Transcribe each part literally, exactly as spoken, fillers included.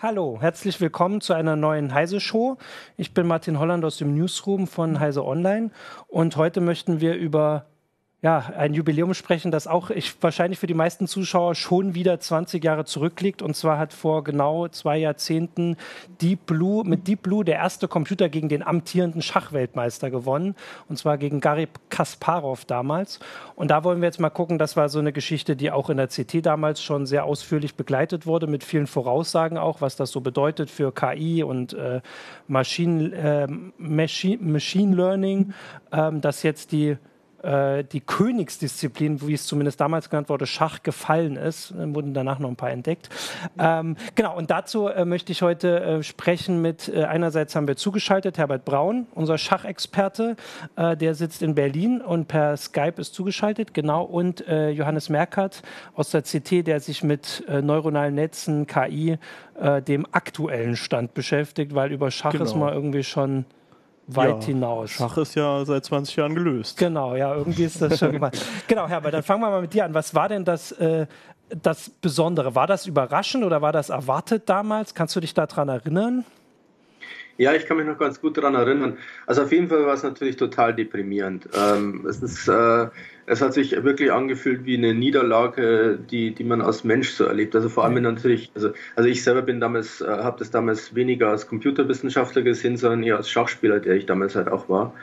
Hallo, herzlich willkommen zu einer neuen Heise-Show. Ich bin Martin Holland aus dem Newsroom von Heise Online und heute möchten wir über ja, ein Jubiläum sprechen, das auch ich, wahrscheinlich für die meisten Zuschauer schon wieder zwanzig Jahre zurückliegt. Und zwar hat vor genau zwei Jahrzehnten Deep Blue, mit Deep Blue der erste Computer gegen den amtierenden Schachweltmeister gewonnen. Und zwar gegen Garry Kasparov damals. Und da wollen wir jetzt mal gucken, das war so eine Geschichte, die auch in der C T damals schon sehr ausführlich begleitet wurde, mit vielen Voraussagen auch, was das so bedeutet für K I und äh, Machine, äh, Machine, Machine Learning, äh, dass jetzt die die Königsdisziplin, wie es zumindest damals genannt wurde, Schach gefallen ist. Dann wurden danach noch ein paar entdeckt. Ähm, genau, und dazu äh, möchte ich heute äh, sprechen mit, äh, einerseits haben wir zugeschaltet, Herbert Braun, unser Schachexperte, äh, der sitzt in Berlin und per Skype ist zugeschaltet, genau, und äh, Johannes Merkert aus der C T, der sich mit äh, neuronalen Netzen, K I, äh, dem aktuellen Stand beschäftigt, weil über Schach genau. ist man irgendwie schon weit ja, hinaus. Schach ist ja seit zwanzig Jahren gelöst. Genau, ja, irgendwie ist das schon gemacht. Genau, Herbert, dann fangen wir mal mit dir an. Was war denn das, äh, das Besondere? War das überraschend oder war das erwartet damals? Kannst du dich daran erinnern? Ja, ich kann mich noch ganz gut daran erinnern. Also auf jeden Fall war es natürlich total deprimierend. Ähm, es ist, äh, es hat sich wirklich angefühlt wie eine Niederlage, die, die man als Mensch so erlebt. Also vor allem natürlich, also, also ich selber bin damals, äh, habe das damals weniger als Computerwissenschaftler gesehen, sondern eher als Schachspieler, der ich damals halt auch war.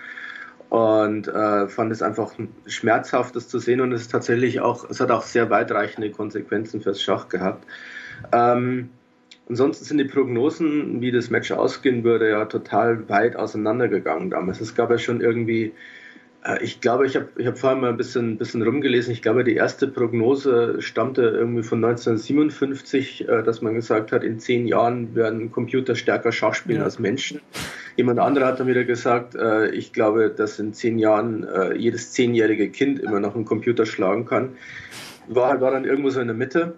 Und äh, fand es einfach schmerzhaft, das zu sehen. Und es ist tatsächlich auch, es hat auch sehr weitreichende Konsequenzen fürs Schach gehabt. Ähm, Ansonsten sind die Prognosen, wie das Match ausgehen würde, ja total weit auseinandergegangen damals. Es gab ja schon irgendwie, äh, ich glaube, ich habe ich hab vorhin mal ein bisschen, bisschen rumgelesen, ich glaube, die erste Prognose stammte irgendwie von neunzehnhundertsiebenundfünfzig, äh, dass man gesagt hat, in zehn Jahren werden Computer stärker Schach spielen ja. als Menschen. Jemand anderer hat dann wieder gesagt, äh, ich glaube, dass in zehn Jahren äh, jedes zehnjährige Kind immer noch einen Computer schlagen kann. War, war dann irgendwo so in der Mitte.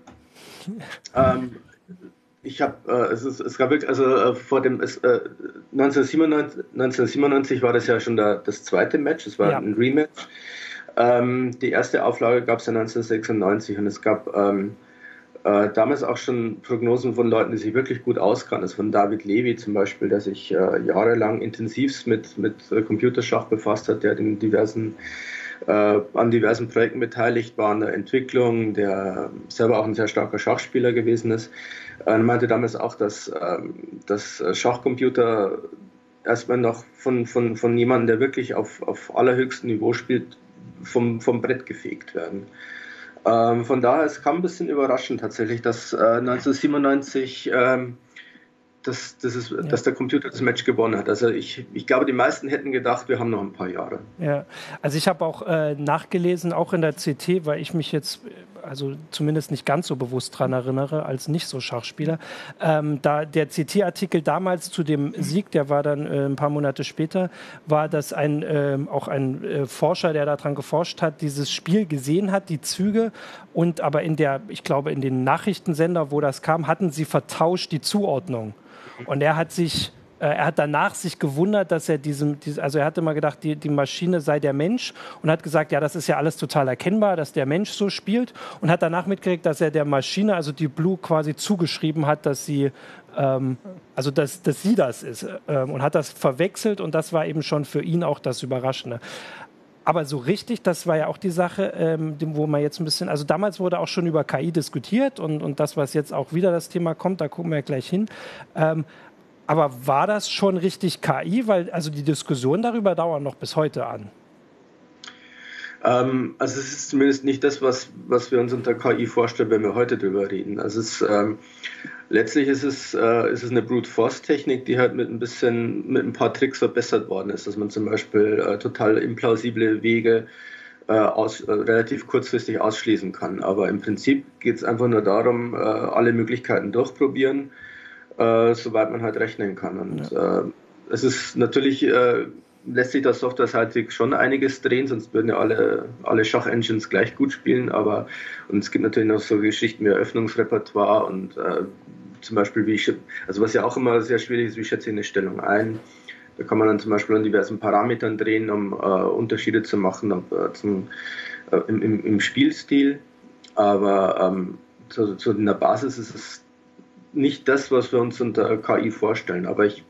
Ähm, Ich habe, äh, es, ist, es gab wirklich, also äh, vor dem es, äh, neunzehnhundertsiebenundneunzig, neunzehnhundertsiebenundneunzig war das ja schon der, das zweite Match, es war ja. ein Rematch. Ähm, die erste Auflage gab es ja neunzehnhundertsechsundneunzig und es gab ähm, äh, damals auch schon Prognosen von Leuten, die sich wirklich gut auskannten. Also von David Levy zum Beispiel, der sich äh, jahrelang intensivst mit, mit äh, Computerschach befasst hat, der in diversen Äh, an diversen Projekten beteiligt war, an der Entwicklung, der selber auch ein sehr starker Schachspieler gewesen ist. Er meinte damals auch, dass, äh, dass Schachcomputer erstmal noch von, von, von jemandem, der wirklich auf, auf allerhöchstem Niveau spielt, vom, vom Brett gefegt werden. Ähm, von daher, es kam ein bisschen überraschend tatsächlich, dass äh, neunzehnhundertsiebenundneunzig ähm, Dass, das ist, ja. dass der Computer das Match gewonnen hat. Also ich, ich glaube, die meisten hätten gedacht, wir haben noch ein paar Jahre. Ja, also ich habe auch äh, nachgelesen, auch in der C T, weil ich mich jetzt also zumindest nicht ganz so bewusst dran erinnere, als nicht so Schachspieler. Ähm, da der C T-Artikel damals zu dem Sieg, der war dann äh, ein paar Monate später, war, dass ein, äh, auch ein äh, Forscher, der daran geforscht hat, dieses Spiel gesehen hat, die Züge, und aber in der, ich glaube, in den Nachrichtensender, wo das kam, hatten sie vertauscht die Zuordnung. Und er hat sich, äh, er hat danach sich gewundert, dass er diesem, dies, also er hatte mal gedacht, die, die Maschine sei der Mensch und hat gesagt, ja, das ist ja alles total erkennbar, dass der Mensch so spielt, und hat danach mitgekriegt, dass er der Maschine, also die Blue, quasi zugeschrieben hat, dass sie, ähm, also dass, dass sie das ist, ähm, und hat das verwechselt, und das war eben schon für ihn auch das Überraschende. Aber so richtig, das war ja auch die Sache, ähm, wo man jetzt ein bisschen, also damals wurde auch schon über K I diskutiert, und, und das, was jetzt auch wieder das Thema kommt, da gucken wir ja gleich hin. Ähm, aber war das schon richtig K I? Weil also die Diskussionen darüber dauern noch bis heute an. Ähm, also es ist zumindest nicht das, was, was wir uns unter K I vorstellen, wenn wir heute drüber reden. Also es ist, ähm, letztlich ist es, äh, ist es eine Brute-Force-Technik, die halt mit ein bisschen, mit ein paar Tricks verbessert worden ist, dass man zum Beispiel äh, total implausible Wege äh, aus, äh, relativ kurzfristig ausschließen kann. Aber im Prinzip geht es einfach nur darum, äh, alle Möglichkeiten durchprobieren, äh, soweit man halt rechnen kann. Und ja. äh, es ist natürlich, äh, lässt sich das softwareseitig schon einiges drehen, sonst würden ja alle, alle Schach-Engines gleich gut spielen, aber und es gibt natürlich noch so Geschichten wie Eröffnungsrepertoire und äh, zum Beispiel, wie ich, also was ja auch immer sehr schwierig ist, wie schätze ich eine Stellung ein. Da kann man dann zum Beispiel an diversen Parametern drehen, um äh, Unterschiede zu machen ob, äh, zum, äh, im, im, im Spielstil. Aber ähm, so, so in der Basis ist es nicht das, was wir uns unter K I vorstellen. Aber ich,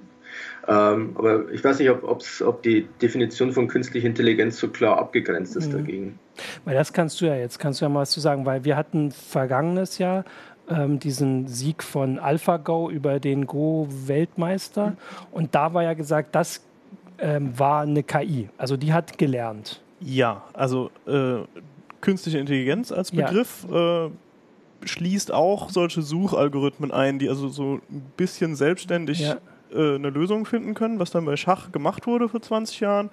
ähm, aber ich weiß nicht, ob, ob's, ob die Definition von künstlicher Intelligenz so klar abgegrenzt ist mhm. dagegen. Weil das kannst du ja jetzt, kannst du ja mal was zu sagen, weil wir hatten vergangenes Jahr ähm, diesen Sieg von AlphaGo über den Go-Weltmeister mhm. und da war ja gesagt, das ähm, war eine K I, also die hat gelernt. Ja, also äh, künstliche Intelligenz als Begriff ja. äh, schließt auch solche Suchalgorithmen ein, die also so ein bisschen selbstständig ja. äh, eine Lösung finden können, was dann bei Schach gemacht wurde vor zwanzig Jahren.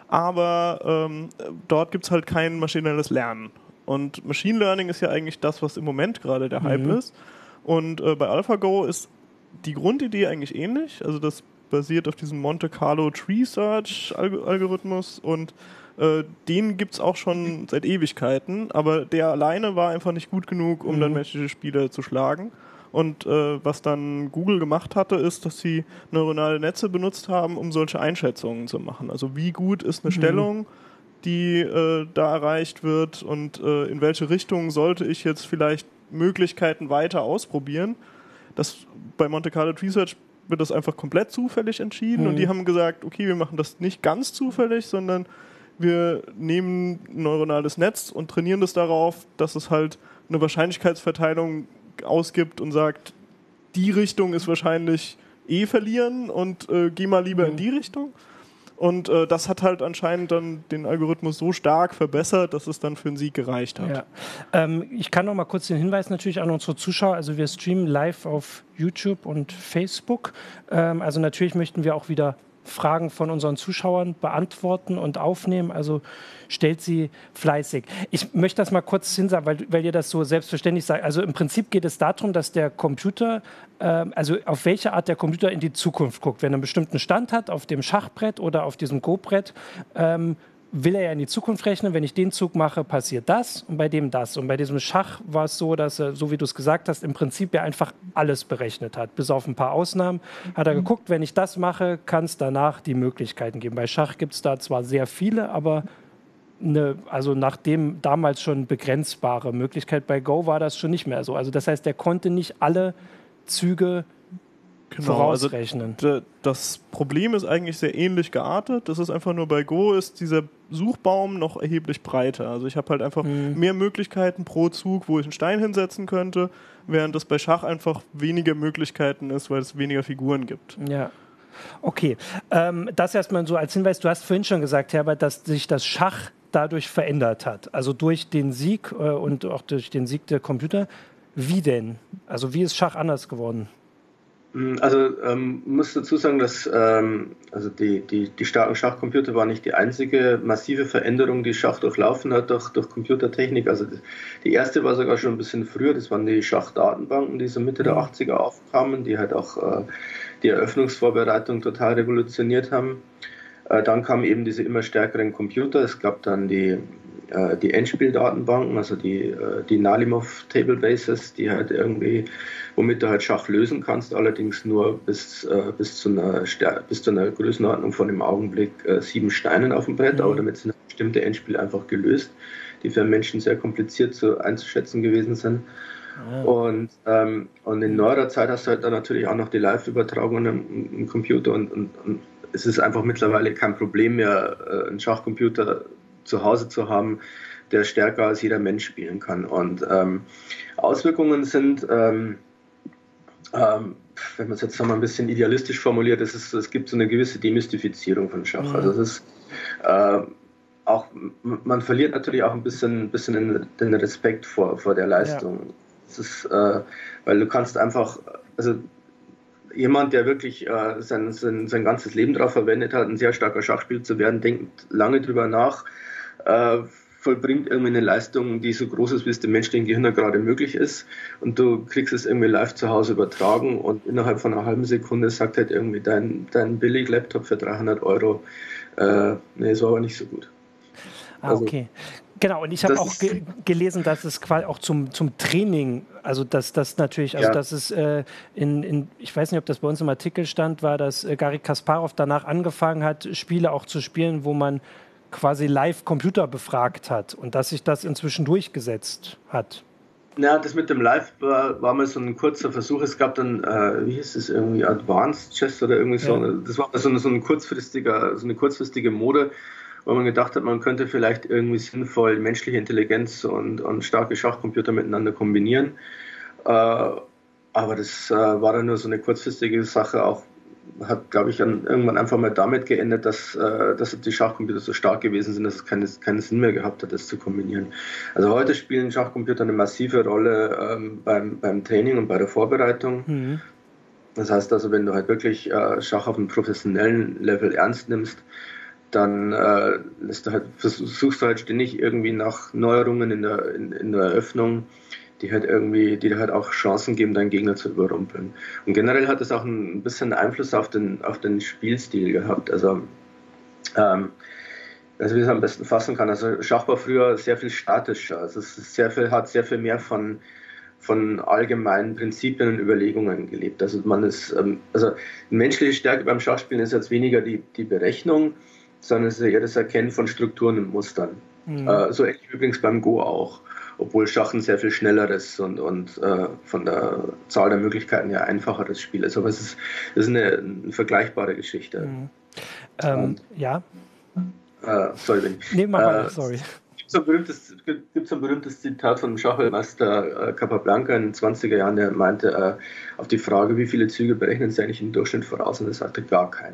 Aber ähm, dort gibt es halt kein maschinelles Lernen. Und Machine Learning ist ja eigentlich das, was im Moment gerade der Hype mhm. ist. Und äh, bei AlphaGo ist die Grundidee eigentlich ähnlich. Also das basiert auf diesem Monte Carlo Tree Search Algorithmus und äh, den gibt es auch schon seit Ewigkeiten, aber der alleine war einfach nicht gut genug, um mhm. dann menschliche Spieler zu schlagen. Und äh, was dann Google gemacht hatte, ist, dass sie neuronale Netze benutzt haben, um solche Einschätzungen zu machen. Also wie gut ist eine mhm. Stellung, die äh, da erreicht wird und äh, in welche Richtung sollte ich jetzt vielleicht Möglichkeiten weiter ausprobieren. Das, bei Monte Carlo Research wird das einfach komplett zufällig entschieden mhm. und die haben gesagt, okay, wir machen das nicht ganz zufällig, sondern wir nehmen ein neuronales Netz und trainieren das darauf, dass es halt eine Wahrscheinlichkeitsverteilung ausgibt und sagt, die Richtung ist wahrscheinlich eh verlieren und äh, geh mal lieber mhm. in die Richtung. Und äh, das hat halt anscheinend dann den Algorithmus so stark verbessert, dass es dann für einen Sieg gereicht hat. Ja. Ähm, ich kann noch mal kurz den Hinweis natürlich an unsere Zuschauer, also wir streamen live auf YouTube und Facebook. Ähm, also natürlich möchten wir auch wieder Fragen von unseren Zuschauern beantworten und aufnehmen, also stellt sie fleißig. Ich möchte das mal kurz hinsagen, weil, weil ihr das so selbstverständlich sagt. Also im Prinzip geht es darum, dass der Computer, äh, also auf welche Art der Computer in die Zukunft guckt. Wenn er einen bestimmten Stand hat, auf dem Schachbrett oder auf diesem Go-Brett, ähm, will er ja in die Zukunft rechnen, wenn ich den Zug mache, passiert das und bei dem das. Und bei diesem Schach war es so, dass er, so wie du es gesagt hast, im Prinzip ja einfach alles berechnet hat. Bis auf ein paar Ausnahmen hat er geguckt, wenn ich das mache, kann es danach die Möglichkeiten geben. Bei Schach gibt es da zwar sehr viele, aber eine, also nach dem damals schon begrenzbare Möglichkeit. Bei Go war das schon nicht mehr so. Also das heißt, der konnte nicht alle Züge Genau, vorausrechnen. Also das Problem ist eigentlich sehr ähnlich geartet. Das ist einfach nur, bei Go ist dieser Suchbaum noch erheblich breiter. Also ich habe halt einfach mhm. mehr Möglichkeiten pro Zug, wo ich einen Stein hinsetzen könnte, während das bei Schach einfach weniger Möglichkeiten ist, weil es weniger Figuren gibt. Ja. Okay. Ähm, das erstmal so als Hinweis. Du hast vorhin schon gesagt, Herbert, dass sich das Schach dadurch verändert hat. Also durch den Sieg äh, und auch durch den Sieg der Computer. Wie denn? Also wie ist Schach anders geworden? Also ähm, muss dazu sagen, dass ähm, also die, die, die starken Schachcomputer waren nicht die einzige massive Veränderung, die Schach durchlaufen hat durch, durch Computertechnik. Also die, die erste war sogar schon ein bisschen früher, das waren die Schachdatenbanken, die so Mitte der achtziger aufkamen, die halt auch äh, die Eröffnungsvorbereitung total revolutioniert haben. Äh, dann kamen eben diese immer stärkeren Computer, es gab dann die die Endspieldatenbanken, also die, die Nalimov Tablebases, die halt irgendwie, womit du halt Schach lösen kannst, allerdings nur bis, bis, zu, einer, bis zu einer Größenordnung von im Augenblick sieben Steinen auf dem Brett, mhm. aber damit sind bestimmte Endspiele einfach gelöst, die für Menschen sehr kompliziert zu, einzuschätzen gewesen sind. Mhm. Und, ähm, und in neuerer Zeit hast du halt dann natürlich auch noch die Live-Übertragungen im, im Computer und, und, und es ist einfach mittlerweile kein Problem mehr, einen Schachcomputer zu Hause zu haben, der stärker als jeder Mensch spielen kann. Und ähm, Auswirkungen sind, ähm, ähm, wenn man es jetzt noch mal ein bisschen idealistisch formuliert, es, ist, es gibt so eine gewisse Demystifizierung von Schach. Mhm. Also es ist äh, auch, man verliert natürlich auch ein bisschen, bisschen den, den Respekt vor, vor der Leistung. Ja. Es ist, äh, weil du kannst einfach, also jemand, der wirklich äh, sein, sein, sein ganzes Leben darauf verwendet hat, ein sehr starker Schachspieler zu werden, denkt lange drüber nach, äh, vollbringt irgendwie eine Leistung, die so groß ist, wie es dem menschlichen Gehirn gerade möglich ist, und du kriegst es irgendwie live zu Hause übertragen und innerhalb von einer halben Sekunde sagt halt irgendwie dein, dein Billig-Laptop für dreihundert Euro, äh, nee, ist aber nicht so gut. Ah, okay. Genau, und ich habe auch ge gelesen, dass es quasi auch zum, zum Training, also dass das natürlich, also ja. dass es äh, in, in, ich weiß nicht, ob das bei uns im Artikel stand, war, dass äh, Garry Kasparov danach angefangen hat, Spiele auch zu spielen, wo man quasi live Computer befragt hat und dass sich das inzwischen durchgesetzt hat. Na, das mit dem Live war, war mal so ein kurzer Versuch. Es gab dann, äh, wie hieß es irgendwie, Advanced Chess oder irgendwie so. Ja. Das war so, so, ein kurzfristiger, so eine kurzfristige Mode, wo man gedacht hat, man könnte vielleicht irgendwie sinnvoll menschliche Intelligenz und, und starke Schachcomputer miteinander kombinieren. Äh, aber das äh, war dann nur so eine kurzfristige Sache, auch hat, glaube ich, dann irgendwann einfach mal damit geendet, dass, äh, dass die Schachcomputer so stark gewesen sind, dass es keine, keinen Sinn mehr gehabt hat, das zu kombinieren. Also heute spielen Schachcomputer eine massive Rolle ähm, beim, beim Training und bei der Vorbereitung. Mhm. Das heißt also, wenn du halt wirklich äh, Schach auf einem professionellen Level ernst nimmst, dann äh, lässt du halt, versuchst du halt ständig irgendwie nach Neuerungen in der, in, in der Eröffnung, die halt irgendwie, die halt auch Chancen geben, deinen Gegner zu überrumpeln. Und generell hat es auch ein bisschen Einfluss auf den, auf den Spielstil gehabt. Also, ähm, also wie ich es am besten fassen kann. Also Schach war früher sehr viel statischer. Also es ist sehr viel, hat sehr viel mehr von, von allgemeinen Prinzipien und Überlegungen gelebt. Also man ist, ähm, also menschliche Stärke beim Schachspielen ist jetzt weniger die, die Berechnung, sondern es ist eher das Erkennen von Strukturen und Mustern. Mhm. Äh, so ähnlich übrigens beim Go auch. Obwohl Schach ein sehr viel schnelleres und, und äh, von der Zahl der Möglichkeiten her einfacheres Spiel ist. Aber es ist, es ist eine, eine vergleichbare Geschichte. Mhm. Ähm, ja. Äh, sorry, wenn ich. Nee, mach mal, äh, sorry. Es gibt so ein berühmtes, gibt so ein berühmtes Zitat von Schachweltmeister äh, Capablanca in den zwanziger Jahren, der meinte äh, auf die Frage, wie viele Züge berechnen Sie eigentlich im Durchschnitt voraus? Und er sagte, gar keinen.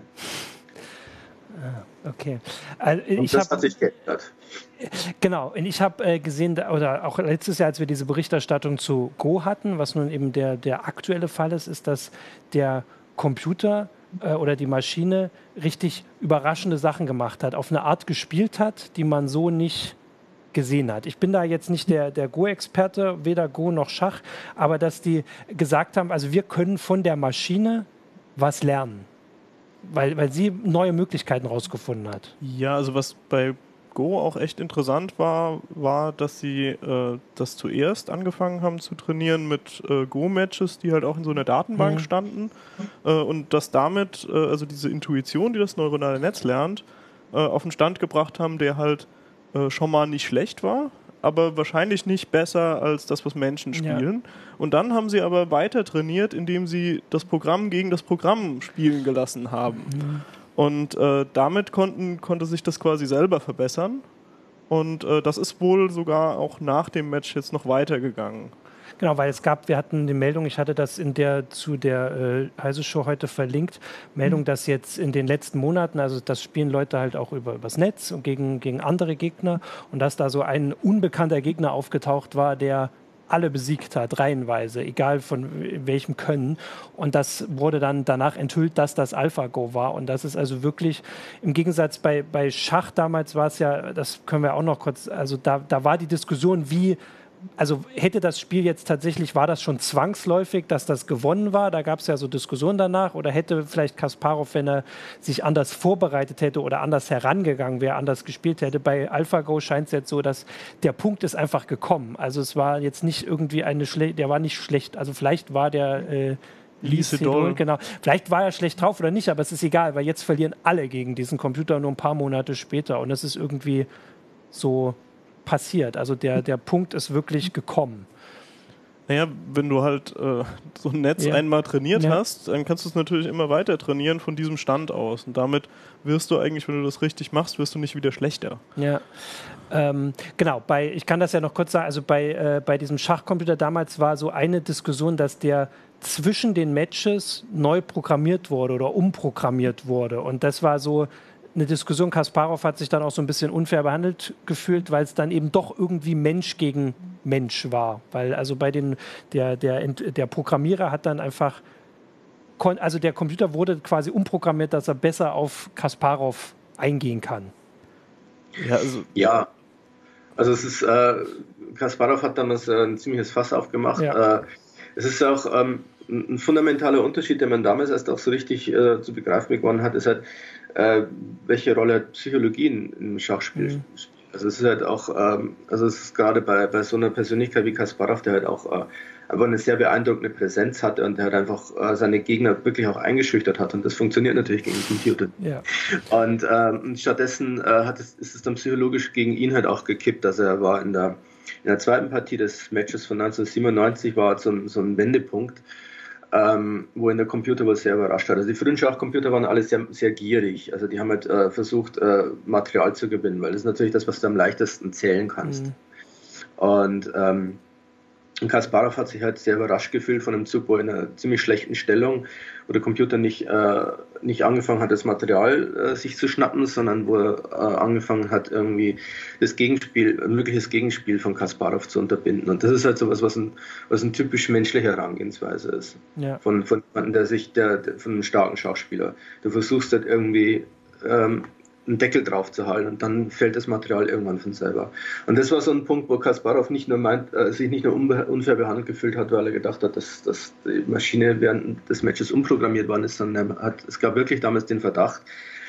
Okay. Also und ich das hab, hat sich geändert. Genau. Und ich habe äh, gesehen, oder auch letztes Jahr, als wir diese Berichterstattung zu Go hatten, was nun eben der, der aktuelle Fall ist, ist, dass der Computer äh, oder die Maschine richtig überraschende Sachen gemacht hat, auf eine Art gespielt hat, die man so nicht gesehen hat. Ich bin da jetzt nicht der, der Go-Experte, weder Go noch Schach, aber dass die gesagt haben, also wir können von der Maschine was lernen. Weil, weil sie neue Möglichkeiten rausgefunden hat. Ja, also was bei Go auch echt interessant war, war, dass sie äh, das zuerst angefangen haben zu trainieren mit äh, Go-Matches, die halt auch in so einer Datenbank mhm. standen. Äh, und dass damit, äh, also diese Intuition, die das neuronale Netz lernt, äh, auf den Stand gebracht haben, der halt äh, schon mal nicht schlecht war, aber wahrscheinlich nicht besser als das, was Menschen spielen. Ja. Und dann haben sie aber weiter trainiert, indem sie das Programm gegen das Programm spielen gelassen haben. Mhm. Und äh, damit konnten, konnte sich das quasi selber verbessern. Und äh, das ist wohl sogar auch nach dem Match jetzt noch weitergegangen. Genau, weil es gab, wir hatten die Meldung, ich hatte das in der zu der äh, Heise Show heute verlinkt, Meldung, mhm. dass jetzt in den letzten Monaten, also das spielen Leute halt auch über übers Netz und gegen, gegen andere Gegner und dass da so ein unbekannter Gegner aufgetaucht war, der alle besiegt hat, reihenweise, egal von welchem Können. Und das wurde dann danach enthüllt, dass das AlphaGo war. Und das ist also wirklich, im Gegensatz bei, bei Schach damals war es ja, das können wir auch noch kurz, also da, da war die Diskussion, wie also hätte das Spiel jetzt tatsächlich, war das schon zwangsläufig, dass das gewonnen war? Da gab es ja so Diskussionen danach. Oder hätte vielleicht Kasparov, wenn er sich anders vorbereitet hätte oder anders herangegangen wäre, anders gespielt hätte? Bei AlphaGo scheint es jetzt so, dass der Punkt ist einfach gekommen. Also es war jetzt nicht irgendwie eine schlechte, der war nicht schlecht. Also vielleicht war der äh, Lee Sedol, genau. Vielleicht war er schlecht drauf oder nicht, aber es ist egal, weil jetzt verlieren alle gegen diesen Computer nur ein paar Monate später. Und es ist irgendwie so passiert. Also der, der Punkt ist wirklich gekommen. Naja, wenn du halt äh, so ein Netz ja. einmal trainiert ja. hast, dann kannst du es natürlich immer weiter trainieren von diesem Stand aus. Und damit wirst du eigentlich, wenn du das richtig machst, wirst du nicht wieder schlechter. Ja, ähm, genau. Bei, ich kann das ja noch kurz sagen, also bei, äh, bei diesem Schachcomputer damals war so eine Diskussion, dass der zwischen den Matches neu programmiert wurde oder umprogrammiert wurde. Und das war so eine Diskussion. Kasparov hat sich dann auch so ein bisschen unfair behandelt gefühlt, weil es dann eben doch irgendwie Mensch gegen Mensch war. Weil also bei den, der, der, der Programmierer hat dann einfach, also der Computer wurde quasi umprogrammiert, dass er besser auf Kasparov eingehen kann. Ja, also, ja. also es ist, äh, Kasparov hat damals äh, ein ziemliches Fass aufgemacht. Ja. Äh, es ist auch ähm, ein fundamentaler Unterschied, den man damals erst auch so richtig äh, zu begreifen begonnen hat, ist halt, äh, welche Rolle Psychologie im Schachspiel mhm. spielt. Also es ist halt auch, ähm, also es ist gerade bei, bei so einer Persönlichkeit wie Kasparov, der halt auch äh, einfach eine sehr beeindruckende Präsenz hatte und der halt einfach äh, seine Gegner wirklich auch eingeschüchtert hat und das funktioniert natürlich gegen den Computer. Ja. Und ähm, stattdessen äh, hat es, ist es dann psychologisch gegen ihn halt auch gekippt, dass er war in der in der zweiten Partie des Matches von neunzehnhundertsiebenundneunzig war so ein, so ein Wendepunkt, ähm, wo ihn der Computer wohl sehr überrascht hat. Also die frühen Schachcomputer waren alle sehr, sehr gierig. Also die haben halt äh, versucht, äh, Material zu gewinnen, weil das ist natürlich das, was du am leichtesten zählen kannst. Mhm. Und ähm, Und Kasparov hat sich halt sehr überrascht gefühlt von einem Zug, wo in einer ziemlich schlechten Stellung, wo der Computer nicht, äh, nicht angefangen hat, das Material äh, sich zu schnappen, sondern wo er äh, angefangen hat, irgendwie das Gegenspiel, ein mögliches Gegenspiel von Kasparov zu unterbinden. Und das ist halt sowas, was ein, was ein typisch menschliche Herangehensweise ist. Ja. Von, von jemandem, der sich, der, der, von einem starken Schachspieler. Du versuchst halt irgendwie, ähm, einen Deckel drauf zu halten und dann fällt das Material irgendwann von selber. Und das war so ein Punkt, wo Kasparov nicht nur meint, äh, sich nicht nur unfair behandelt gefühlt hat, weil er gedacht hat, dass, dass die Maschine während des Matches umprogrammiert worden ist, sondern er hat, es gab wirklich damals den Verdacht,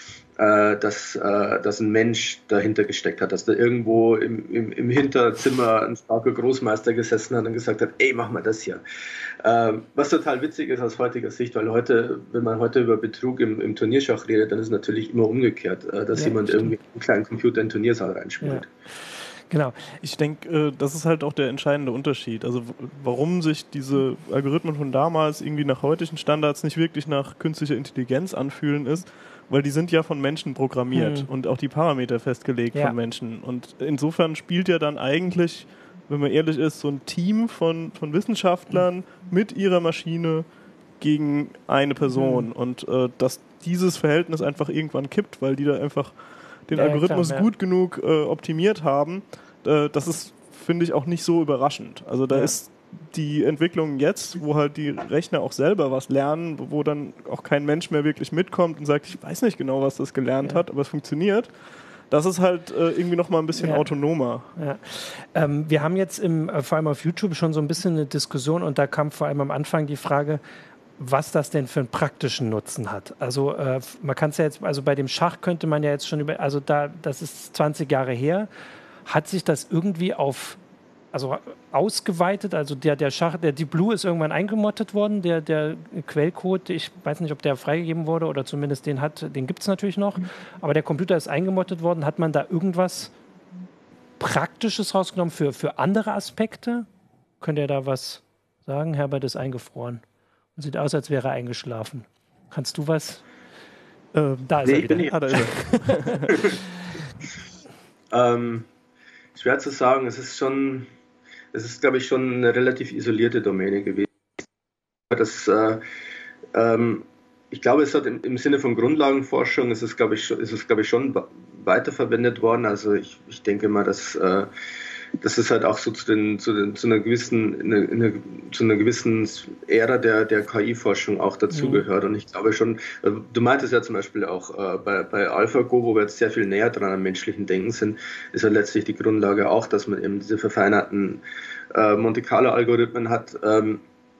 äh, dass, äh, dass ein Mensch dahinter gesteckt hat, dass da irgendwo im, im, im Hinterzimmer ein starker Großmeister gesessen hat und gesagt hat, ey, mach mal das hier. Äh, was total witzig ist aus heutiger Sicht, weil heute, wenn man heute über Betrug im, im Turnierschach redet, dann ist es natürlich immer umgekehrt, äh, dass ja, jemand stimmt. irgendwie einen kleinen Computer in den Turniersaal reinspielt. Ja. Genau. Ich denke, das ist halt auch der entscheidende Unterschied. Also warum sich diese Algorithmen von damals irgendwie nach heutigen Standards nicht wirklich nach künstlicher Intelligenz anfühlen, ist, weil die sind ja von Menschen programmiert hm. und auch die Parameter festgelegt ja. von Menschen. Und insofern spielt ja dann eigentlich, wenn man ehrlich ist, so ein Team von, von Wissenschaftlern hm. mit ihrer Maschine gegen eine Person. Hm. Und äh, dass dieses Verhältnis einfach irgendwann kippt, weil die da einfach den ja, Algorithmus klar, ja. gut genug äh, optimiert haben, äh, das ist, finde ich, auch nicht so überraschend. Also da ja. ist die Entwicklung jetzt, wo halt die Rechner auch selber was lernen, wo dann auch kein Mensch mehr wirklich mitkommt und sagt, ich weiß nicht genau, was das gelernt ja. hat, aber es funktioniert. Das ist halt äh, irgendwie noch mal ein bisschen ja. autonomer. Ja. Ähm, wir haben jetzt im, äh, vor allem auf YouTube schon so ein bisschen eine Diskussion und da kam vor allem am Anfang die Frage, was das denn für einen praktischen Nutzen hat. Also äh, man kann es ja jetzt, also bei dem Schach könnte man ja jetzt schon über, also da, das ist zwanzig Jahre her, hat sich das irgendwie auf also ausgeweitet, also der, der Schach, der Deep Blue ist irgendwann eingemottet worden, der, der Quellcode, ich weiß nicht, ob der freigegeben wurde oder zumindest den hat, den gibt es natürlich noch, aber der Computer ist eingemottet worden. Hat man da irgendwas Praktisches rausgenommen für, für andere Aspekte? Könnt ihr da was sagen? Herbert ist eingefroren. Sieht aus, als wäre er eingeschlafen. Kannst du was? Ähm, da ist nee, er wieder. Ich bin ah, da ist er. ähm, schwer zu sagen. Es ist schon, es ist, glaube ich, schon eine relativ isolierte Domäne gewesen. Das, äh, ähm, ich glaube, es hat im, im Sinne von Grundlagenforschung ist es, glaube ich, ist es, glaube ich, schon weiterverwendet worden. Also ich, ich denke mal, dass äh, das ist halt auch so zu, den, zu, den, zu einer gewissen eine, eine, zu einer gewissen Ära der, der K I-Forschung auch dazugehört. Mhm. Und ich glaube schon, du meintest ja zum Beispiel auch äh, bei, bei AlphaGo, wo wir jetzt sehr viel näher dran am menschlichen Denken sind, ist ja letztlich die Grundlage auch, dass man eben diese verfeinerten äh, Monte-Carlo-Algorithmen hat, ähm,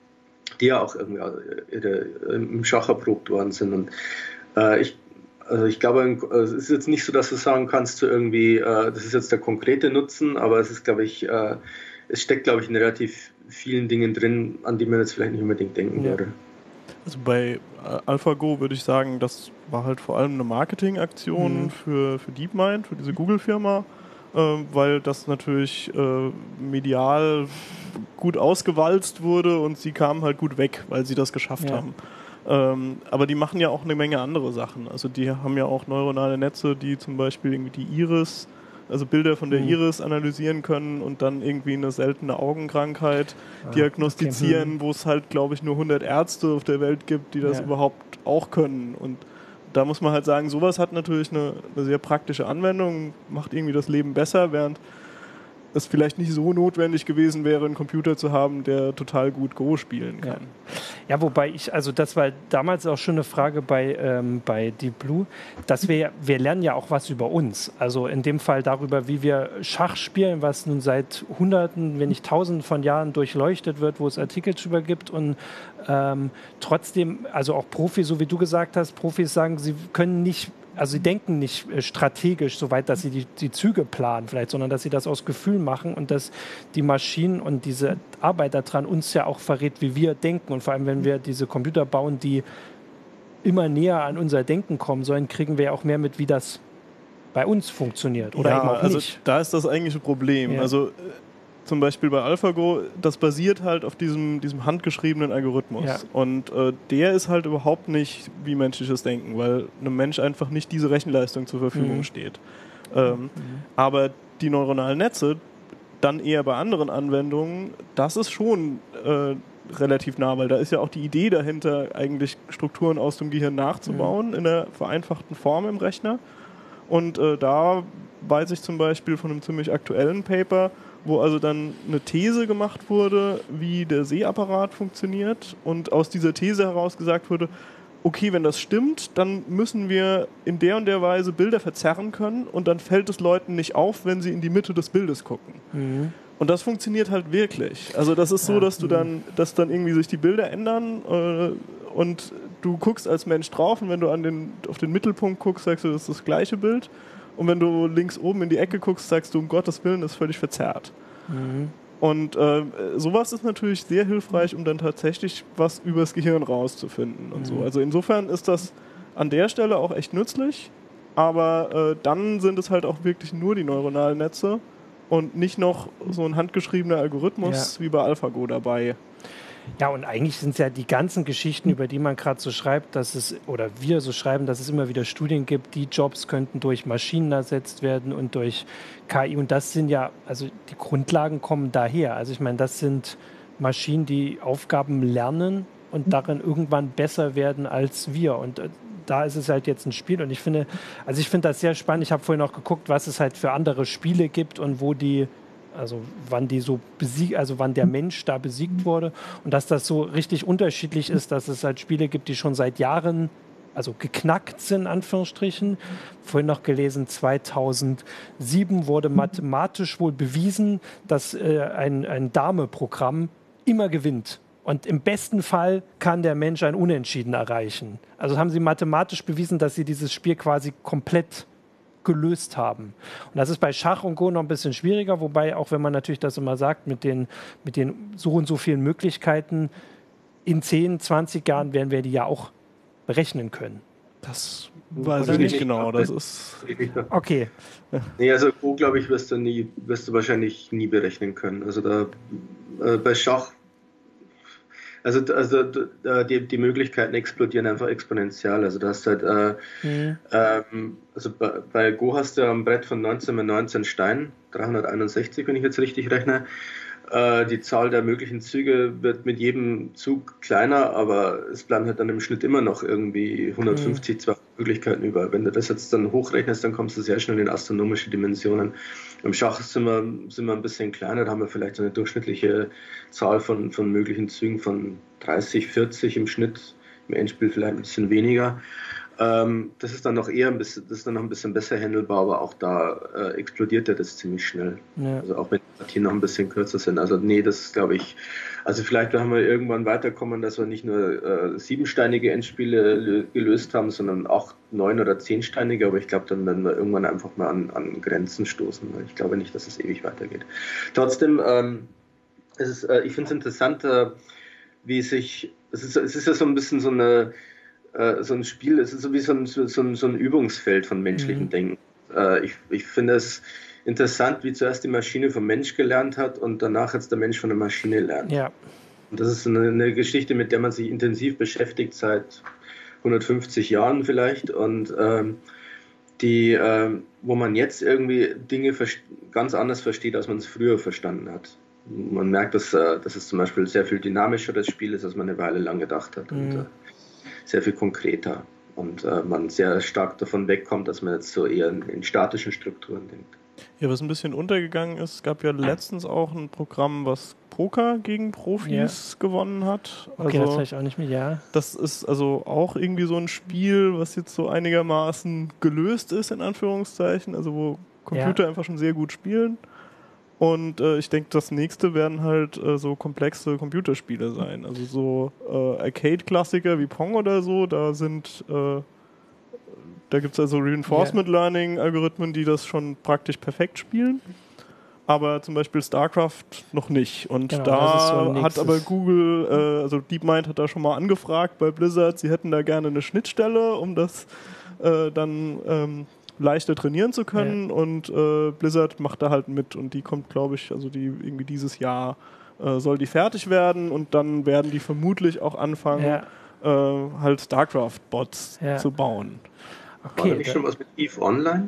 die ja auch irgendwie ihre, im Schach erprobt worden sind. Und äh, ich Also ich glaube, es ist jetzt nicht so, dass du sagen kannst, so irgendwie, äh, das ist jetzt der konkrete Nutzen, aber es ist, glaube ich, äh, es steckt, glaube ich, in relativ vielen Dingen drin, an die man jetzt vielleicht nicht unbedingt denken ja. würde. Also bei AlphaGo würde ich sagen, das war halt vor allem eine Marketingaktion mhm. für, für DeepMind, für diese Google-Firma, äh, weil das natürlich äh, medial gut ausgewalzt wurde und sie kamen halt gut weg, weil sie das geschafft ja. haben. Ähm, aber die machen ja auch eine Menge andere Sachen. Also die haben ja auch neuronale Netze, die zum Beispiel irgendwie die Iris, also Bilder von der mhm. Iris analysieren können und dann irgendwie eine seltene Augenkrankheit ah, diagnostizieren, okay. wo es halt, glaube ich, nur hundert Ärzte auf der Welt gibt, die das ja. überhaupt auch können. Und da muss man halt sagen, sowas hat natürlich eine, eine sehr praktische Anwendung, macht irgendwie das Leben besser, während es vielleicht nicht so notwendig gewesen wäre, einen Computer zu haben, der total gut Go spielen kann. Ja, ja wobei ich, also das war damals auch schon eine Frage bei, ähm, bei Deep Blue, dass wir, wir lernen ja auch was über uns. Also in dem Fall darüber, wie wir Schach spielen, was nun seit Hunderten, wenn nicht Tausenden von Jahren durchleuchtet wird, wo es Artikel drüber gibt und ähm, trotzdem, also auch Profis, so wie du gesagt hast, Profis sagen, sie können nicht Also sie denken nicht äh, strategisch so weit, dass sie die, die Züge planen vielleicht, sondern dass sie das aus Gefühl machen und dass die Maschinen und diese Arbeit daran uns ja auch verrät, wie wir denken. Und vor allem, wenn wir diese Computer bauen, die immer näher an unser Denken kommen sollen, kriegen wir ja auch mehr mit, wie das bei uns funktioniert. Oder ja, eben auch also nicht. Da ist das eigentliche Problem. Ja. Also zum Beispiel bei AlphaGo, das basiert halt auf diesem, diesem handgeschriebenen Algorithmus. Ja. Und äh, der ist halt überhaupt nicht wie menschliches Denken, weil einem Mensch einfach nicht diese Rechenleistung zur Verfügung mhm. steht. Ähm, mhm. Aber die neuronalen Netze, dann eher bei anderen Anwendungen, das ist schon äh, relativ nah, weil da ist ja auch die Idee dahinter, eigentlich Strukturen aus dem Gehirn nachzubauen, mhm. in einer vereinfachten Form im Rechner. Und äh, da weiß ich zum Beispiel von einem ziemlich aktuellen Paper, wo also dann eine These gemacht wurde, wie der Sehapparat funktioniert, und aus dieser These heraus gesagt wurde, okay, wenn das stimmt, dann müssen wir in der und der Weise Bilder verzerren können und dann fällt es Leuten nicht auf, wenn sie in die Mitte des Bildes gucken. Mhm. Und das funktioniert halt wirklich. Also das ist so, dass du dann, dass dann irgendwie sich die Bilder ändern äh, und du guckst als Mensch drauf, und wenn du an den, auf den Mittelpunkt guckst, sagst du, das ist das gleiche Bild. Und wenn du links oben in die Ecke guckst, sagst du, um Gottes Willen, das ist völlig verzerrt. Mhm. Und äh, sowas ist natürlich sehr hilfreich, um dann tatsächlich was übers Gehirn rauszufinden und mhm. so. Also insofern ist das an der Stelle auch echt nützlich, aber äh, dann sind es halt auch wirklich nur die neuronalen Netze und nicht noch so ein handgeschriebener Algorithmus ja. wie bei AlphaGo dabei. Ja, und eigentlich sind es ja die ganzen Geschichten, über die man gerade so schreibt, dass es, oder wir so schreiben, dass es immer wieder Studien gibt, die Jobs könnten durch Maschinen ersetzt werden und durch K I. Und das sind ja, also die Grundlagen kommen daher. Also ich meine, das sind Maschinen, die Aufgaben lernen und darin irgendwann besser werden als wir. Und da ist es halt jetzt ein Spiel. Und ich finde, also ich finde das sehr spannend. Ich habe vorhin auch geguckt, was es halt für andere Spiele gibt und wo die, also wann die so besiegt, also wann der Mensch da besiegt wurde, und dass das so richtig unterschiedlich ist, dass es halt Spiele gibt, die schon seit Jahren, also geknackt sind, in Anführungsstrichen. Vorhin noch gelesen, zweitausendsieben wurde mathematisch wohl bewiesen, dass äh, ein, ein Dame-Programm immer gewinnt. Und im besten Fall kann der Mensch ein Unentschieden erreichen. Also haben sie mathematisch bewiesen, dass sie dieses Spiel quasi komplett gelöst haben. Und das ist bei Schach und Go noch ein bisschen schwieriger, wobei, auch wenn man natürlich das immer sagt, mit den, mit den so und so vielen Möglichkeiten, in zehn, zwanzig Jahren werden wir die ja auch berechnen können. Das weiß ich nicht genau. Das ist okay. Nee, also Go, glaube ich, wirst du nie, wirst du wahrscheinlich nie berechnen können. Also da äh, bei Schach, also, also die, die Möglichkeiten explodieren einfach exponentiell. Also du hast halt, äh, mhm. ähm, also bei, bei Go hast du am Brett von neunzehn mal neunzehn Steinen, dreihunderteinundsechzig, wenn ich jetzt richtig rechne. Äh, die Zahl der möglichen Züge wird mit jedem Zug kleiner, aber es bleiben halt dann im Schnitt immer noch irgendwie hundertfünfzig, mhm. zweihundert Möglichkeiten über. Wenn du das jetzt dann hochrechnest, dann kommst du sehr schnell in astronomische Dimensionen. Im Schach sind wir, sind wir ein bisschen kleiner, da haben wir vielleicht so eine durchschnittliche Zahl von, von möglichen Zügen von dreißig, vierzig im Schnitt, im Endspiel vielleicht ein bisschen weniger. Ähm, das ist dann noch eher ein bisschen, das ist dann noch ein bisschen besser handelbar, aber auch da äh, explodiert er das ziemlich schnell. Ja. Also auch wenn die Partien noch ein bisschen kürzer sind. Also nee, das glaube ich, also vielleicht werden wir irgendwann weiterkommen, dass wir nicht nur äh, siebensteinige Endspiele gelöst haben, sondern acht, neun oder zehnsteinige, aber ich glaube, dann werden wir irgendwann einfach mal an, an Grenzen stoßen. Ich glaube nicht, dass es ewig weitergeht. Trotzdem, ähm, es ist, äh, ich finde es interessant, äh, wie sich, es ist, es ist ja so ein bisschen so eine so ein Spiel, es ist so wie so ein, so ein, so ein Übungsfeld von menschlichem mhm. Denken. Äh, ich, ich finde es interessant, wie zuerst die Maschine vom Mensch gelernt hat und danach jetzt der Mensch von der Maschine lernt. Ja. Und das ist eine, eine Geschichte, mit der man sich intensiv beschäftigt seit hundertfünfzig Jahren vielleicht, und ähm, die, äh, wo man jetzt irgendwie Dinge ganz anders versteht, als man es früher verstanden hat. Man merkt, dass, äh, dass es zum Beispiel sehr viel dynamischer das Spiel ist, als man eine Weile lang gedacht hat. Mhm. Und, äh, sehr viel konkreter, und äh, man sehr stark davon wegkommt, dass man jetzt so eher in, in statischen Strukturen denkt. Ja, was ein bisschen untergegangen ist, es gab ja letztens auch ein Programm, was Poker gegen Profis ja. gewonnen hat. Okay, also, das weiß ich auch nicht mehr, ja. Das ist also auch irgendwie so ein Spiel, was jetzt so einigermaßen gelöst ist, in Anführungszeichen, also wo Computer ja. einfach schon sehr gut spielen. Und äh, ich denke, das nächste werden halt äh, so komplexe Computerspiele sein. Also so äh, Arcade-Klassiker wie Pong oder so, da sind äh, da gibt es also Reinforcement yeah. Learning-Algorithmen, die das schon praktisch perfekt spielen. Aber zum Beispiel StarCraft noch nicht. Und genau, da so hat aber Google, äh, also DeepMind hat da schon mal angefragt bei Blizzard, sie hätten da gerne eine Schnittstelle, um das äh, dann ähm, leichter trainieren zu können, ja. und äh, Blizzard macht da halt mit und die kommt, glaube ich, also die irgendwie dieses Jahr äh, soll die fertig werden und dann werden die vermutlich auch anfangen, ja. äh, halt StarCraft-Bots ja. zu bauen. Okay, war da nicht schon was mit EVE Online?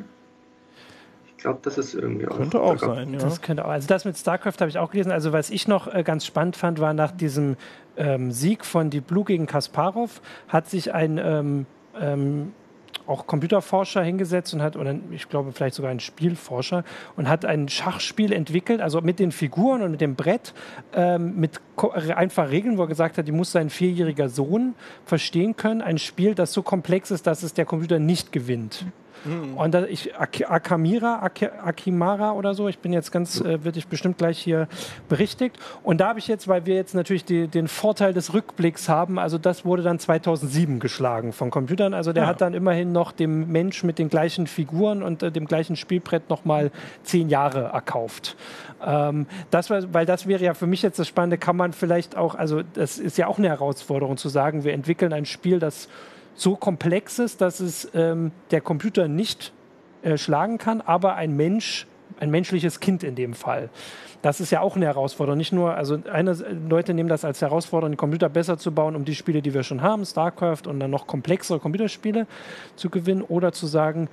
Ich glaube, das ist irgendwie auch. Könnte auch sein, ja. Das könnte auch. Also das mit StarCraft habe ich auch gelesen. Also was ich noch äh, ganz spannend fand, war nach diesem ähm, Sieg von Deep Blue gegen Kasparov hat sich ein ähm, ähm, auch Computerforscher hingesetzt und hat, oder ich glaube vielleicht sogar ein Spielforscher, und hat ein Schachspiel entwickelt, also mit den Figuren und mit dem Brett, ähm, mit einfach Regeln, wo er gesagt hat, die muss sein vierjähriger Sohn verstehen können. Ein Spiel, das so komplex ist, dass es der Computer nicht gewinnt. Mhm. Und da ich, Ak Akamira, Ak Akimara oder so, ich bin jetzt ganz, äh, würde ich bestimmt gleich hier berichtigt. Und da habe ich jetzt, weil wir jetzt natürlich die, den Vorteil des Rückblicks haben, also das wurde dann zweitausendsieben geschlagen von Computern. Also der ja. hat dann immerhin noch dem Mensch mit den gleichen Figuren und äh, dem gleichen Spielbrett nochmal zehn Jahre erkauft. Ähm, das war, weil das wäre ja für mich jetzt das Spannende, kann man vielleicht auch, also das ist ja auch eine Herausforderung zu sagen, wir entwickeln ein Spiel, das so komplex ist, dass es ähm, der Computer nicht äh, schlagen kann, aber ein Mensch, ein menschliches Kind in dem Fall. Das ist ja auch eine Herausforderung. Nicht nur, also eine, Leute nehmen das als Herausforderung, den Computer besser zu bauen, um die Spiele, die wir schon haben, StarCraft und dann noch komplexere Computerspiele zu gewinnen, oder zu sagen,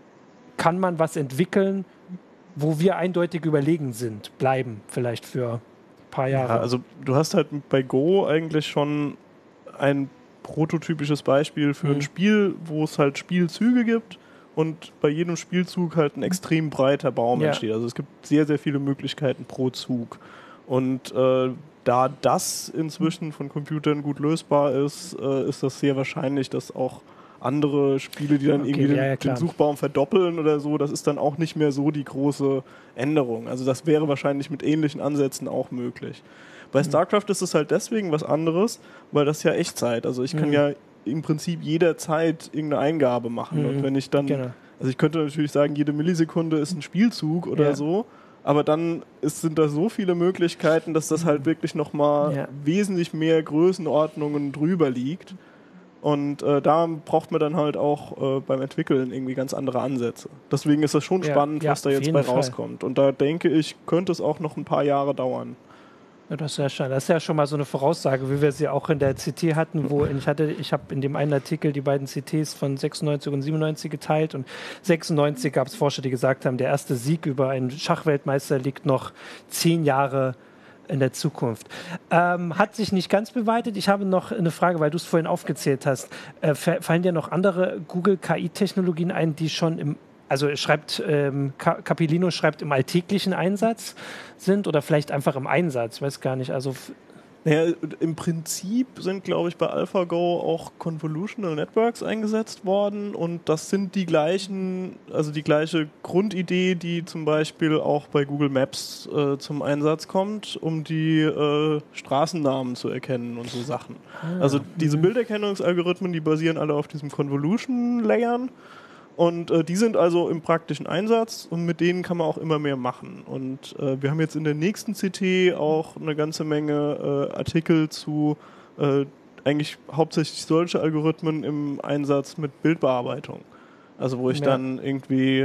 kann man was entwickeln, wo wir eindeutig überlegen sind, bleiben vielleicht für ein paar Jahre. Ja, also du hast halt bei Go eigentlich schon ein prototypisches Beispiel für mhm. ein Spiel, wo es halt Spielzüge gibt und bei jedem Spielzug halt ein extrem breiter Baum ja. entsteht. Also es gibt sehr, sehr viele Möglichkeiten pro Zug. Und äh, da das inzwischen von Computern gut lösbar ist, äh, ist das sehr wahrscheinlich, dass auch andere Spiele, die dann okay, irgendwie ja, ja, den, den Suchbaum verdoppeln oder so, das ist dann auch nicht mehr so die große Änderung. Also das wäre wahrscheinlich mit ähnlichen Ansätzen auch möglich. Bei StarCraft ist es halt deswegen was anderes, weil das ja Echtzeit, also ich kann mhm. ja im Prinzip jederzeit irgendeine Eingabe machen mhm. und wenn ich dann, genau. also ich könnte natürlich sagen, jede Millisekunde ist ein Spielzug oder ja. so, aber dann ist, sind da so viele Möglichkeiten, dass das halt wirklich nochmal ja. wesentlich mehr Größenordnungen drüber liegt und äh, da braucht man dann halt auch äh, beim Entwickeln irgendwie ganz andere Ansätze. Deswegen ist das schon ja. spannend, ja, was da jetzt bei Fall. rauskommt und da denke ich, könnte es auch noch ein paar Jahre dauern. Ja, das ist ja schon, das ist ja schon mal so eine Voraussage, wie wir sie auch in der C T hatten, wo ich hatte, ich habe in dem einen Artikel die beiden C Ts von sechsundneunzig und siebenundneunzig geteilt und sechsundneunzig gab es Forscher, die gesagt haben, der erste Sieg über einen Schachweltmeister liegt noch zehn Jahre in der Zukunft. Ähm, hat sich nicht ganz bewahrheitet. Ich habe noch eine Frage, weil du es vorhin aufgezählt hast. Äh, fallen dir noch andere Google-K I-Technologien ein, die schon im Also schreibt, ähm, Capilino schreibt im alltäglichen Einsatz sind oder vielleicht einfach im Einsatz, weiß gar nicht. Also naja, im Prinzip sind, glaube ich, bei AlphaGo auch Convolutional Networks eingesetzt worden und das sind die gleichen, also die gleiche Grundidee, die zum Beispiel auch bei Google Maps äh, zum Einsatz kommt, um die äh, Straßennamen zu erkennen und so Sachen. Ah, also diese Bilderkennungsalgorithmen, die basieren alle auf diesem Convolution-Layern. Und äh, die sind also im praktischen Einsatz und mit denen kann man auch immer mehr machen. Und äh, wir haben jetzt in der nächsten C T auch eine ganze Menge äh, Artikel zu äh, eigentlich hauptsächlich solche Algorithmen im Einsatz mit Bildbearbeitung. Also wo ich ja. dann irgendwie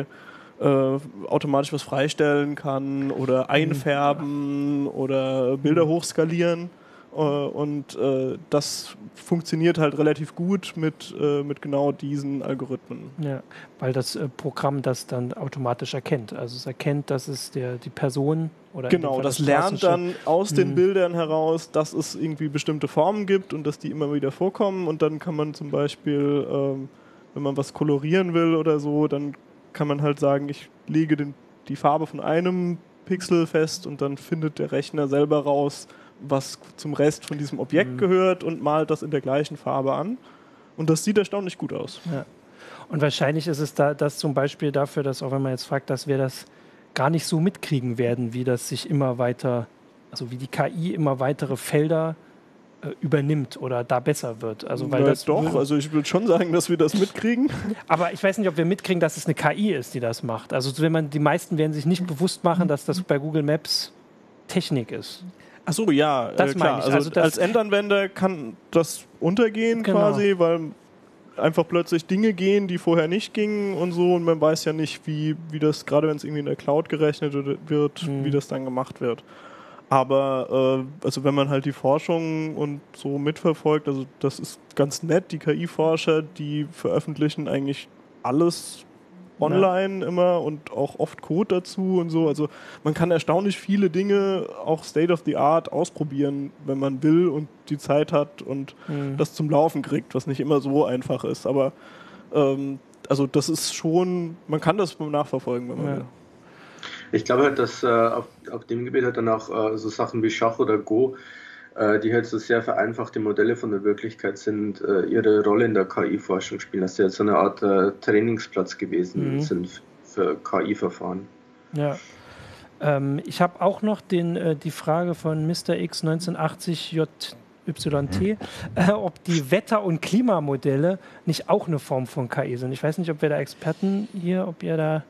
äh, automatisch was freistellen kann oder einfärben mhm. oder Bilder mhm. hochskalieren. Und äh, das funktioniert halt relativ gut mit, äh, mit genau diesen Algorithmen. Ja, weil das äh, Programm das dann automatisch erkennt. Also es erkennt, dass es der, die Person oder genau, das lernt dann aus den hm. Bildern heraus, dass es irgendwie bestimmte Formen gibt und dass die immer wieder vorkommen. Und dann kann man zum Beispiel, ähm, wenn man was kolorieren will oder so, dann kann man halt sagen, ich lege den, die Farbe von einem Pixel fest und dann findet der Rechner selber raus, was zum Rest von diesem Objekt mhm. gehört und malt das in der gleichen Farbe an. Und das sieht erstaunlich gut aus. Ja. Und wahrscheinlich ist es da das zum Beispiel dafür, dass auch wenn man jetzt fragt, dass wir das gar nicht so mitkriegen werden, wie das sich immer weiter, also wie die K I immer weitere Felder äh, übernimmt oder da besser wird. Also weil Na, das doch, also ich würde schon sagen, dass wir das mitkriegen. Aber ich weiß nicht, ob wir mitkriegen, dass es eine K I ist, die das macht. Also wenn man, die meisten werden sich nicht bewusst machen, dass das bei Google Maps Technik ist. Ach so, ja, das äh, klar. meine ich. Also, also als Endanwender kann das untergehen genau. quasi, weil einfach plötzlich Dinge gehen, die vorher nicht gingen und so, und man weiß ja nicht, wie, wie das, gerade wenn es irgendwie in der Cloud gerechnet wird, mhm. wie das dann gemacht wird. Aber äh, also wenn man halt die Forschung und so mitverfolgt, also das ist ganz nett, die K I-Forscher, die veröffentlichen eigentlich alles online ja. immer und auch oft Code dazu und so. Also man kann erstaunlich viele Dinge auch State of the Art ausprobieren, wenn man will und die Zeit hat und mhm. das zum Laufen kriegt, was nicht immer so einfach ist. Aber ähm, also das ist schon, man kann das nachverfolgen, wenn man ja. will. Ich glaube halt, dass äh, auf, auf dem Gebiet halt dann auch äh, so Sachen wie Schach oder Go, äh, die halt so sehr vereinfachte Modelle von der Wirklichkeit sind, äh, ihre Rolle in der K I-Forschung spielen, dass sie jetzt so eine Art äh, Trainingsplatz gewesen mhm. sind für K I-Verfahren. Ja. Ähm, ich habe auch noch den, äh, die Frage von Mister X neunzehnhundertachtzig J Y T, äh, ob die Wetter- und Klimamodelle nicht auch eine Form von K I sind. Ich weiß nicht, ob wir da Experten hier, ob ihr da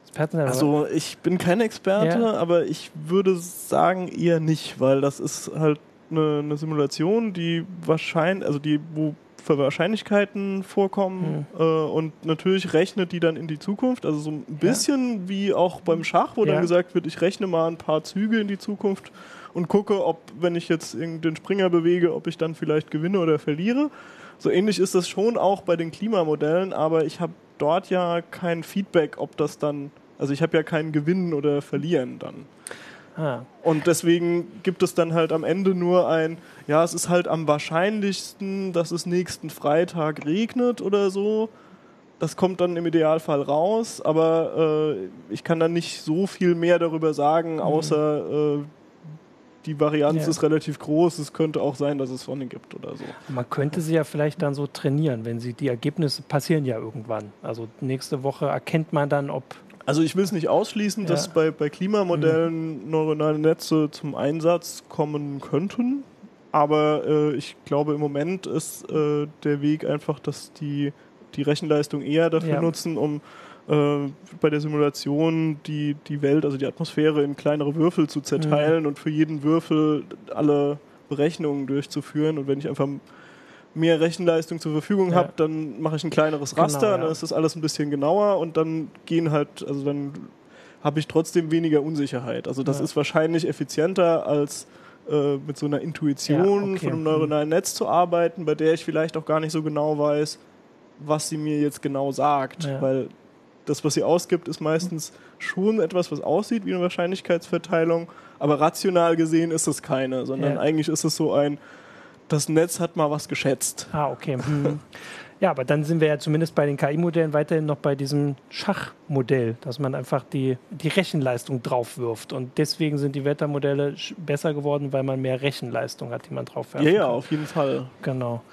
Also ich bin kein Experte, ja. aber ich würde sagen eher nicht, weil das ist halt eine, eine Simulation, die wahrscheinlich, also die, wo für Wahrscheinlichkeiten vorkommen mhm. äh, und natürlich rechnet die dann in die Zukunft, also so ein bisschen ja. wie auch beim Schach, wo ja. dann gesagt wird, ich rechne mal ein paar Züge in die Zukunft und gucke, ob, wenn ich jetzt den Springer bewege, ob ich dann vielleicht gewinne oder verliere. So ähnlich ist das schon auch bei den Klimamodellen, aber ich habe dort ja kein Feedback, ob das dann, also ich habe ja kein Gewinnen oder Verlieren dann. Ah. Und deswegen gibt es dann halt am Ende nur ein, ja, es ist halt am wahrscheinlichsten, dass es nächsten Freitag regnet oder so. Das kommt dann im Idealfall raus, aber äh, ich kann dann nicht so viel mehr darüber sagen, außer äh, die Varianz ja. ist relativ groß. Es könnte auch sein, dass es Sonne gibt oder so. Man könnte sie ja vielleicht dann so trainieren, wenn sie, die Ergebnisse passieren ja irgendwann. Also nächste Woche erkennt man dann, ob... Also ich will es nicht ausschließen, ja. dass bei, bei Klimamodellen mhm. neuronale Netze zum Einsatz kommen könnten. Aber äh, ich glaube, im Moment ist äh, der Weg einfach, dass die, die Rechenleistung eher dafür ja. nutzen, um bei der Simulation die, die Welt, also die Atmosphäre in kleinere Würfel zu zerteilen mhm. und für jeden Würfel alle Berechnungen durchzuführen. Und wenn ich einfach mehr Rechenleistung zur Verfügung ja. habe, dann mache ich ein kleineres Raster, genau, ja. dann ist das alles ein bisschen genauer und dann gehen halt, also dann habe ich trotzdem weniger Unsicherheit. Also das ja. ist wahrscheinlich effizienter als äh, mit so einer Intuition ja, okay. von einem neuronalen Netz zu arbeiten, bei der ich vielleicht auch gar nicht so genau weiß, was sie mir jetzt genau sagt, ja. weil das, was sie ausgibt, ist meistens schon etwas, was aussieht wie eine Wahrscheinlichkeitsverteilung, aber rational gesehen ist es keine, sondern ja. eigentlich ist es so ein, das Netz hat mal was geschätzt. Ah, okay. Hm. Ja, aber dann sind wir ja zumindest bei den K I-Modellen weiterhin noch bei diesem Schachmodell, dass man einfach die, die Rechenleistung draufwirft und deswegen sind die Wettermodelle besser geworden, weil man mehr Rechenleistung hat, die man draufwerfen kann. Ja, ja, kann. auf jeden Fall. Genau.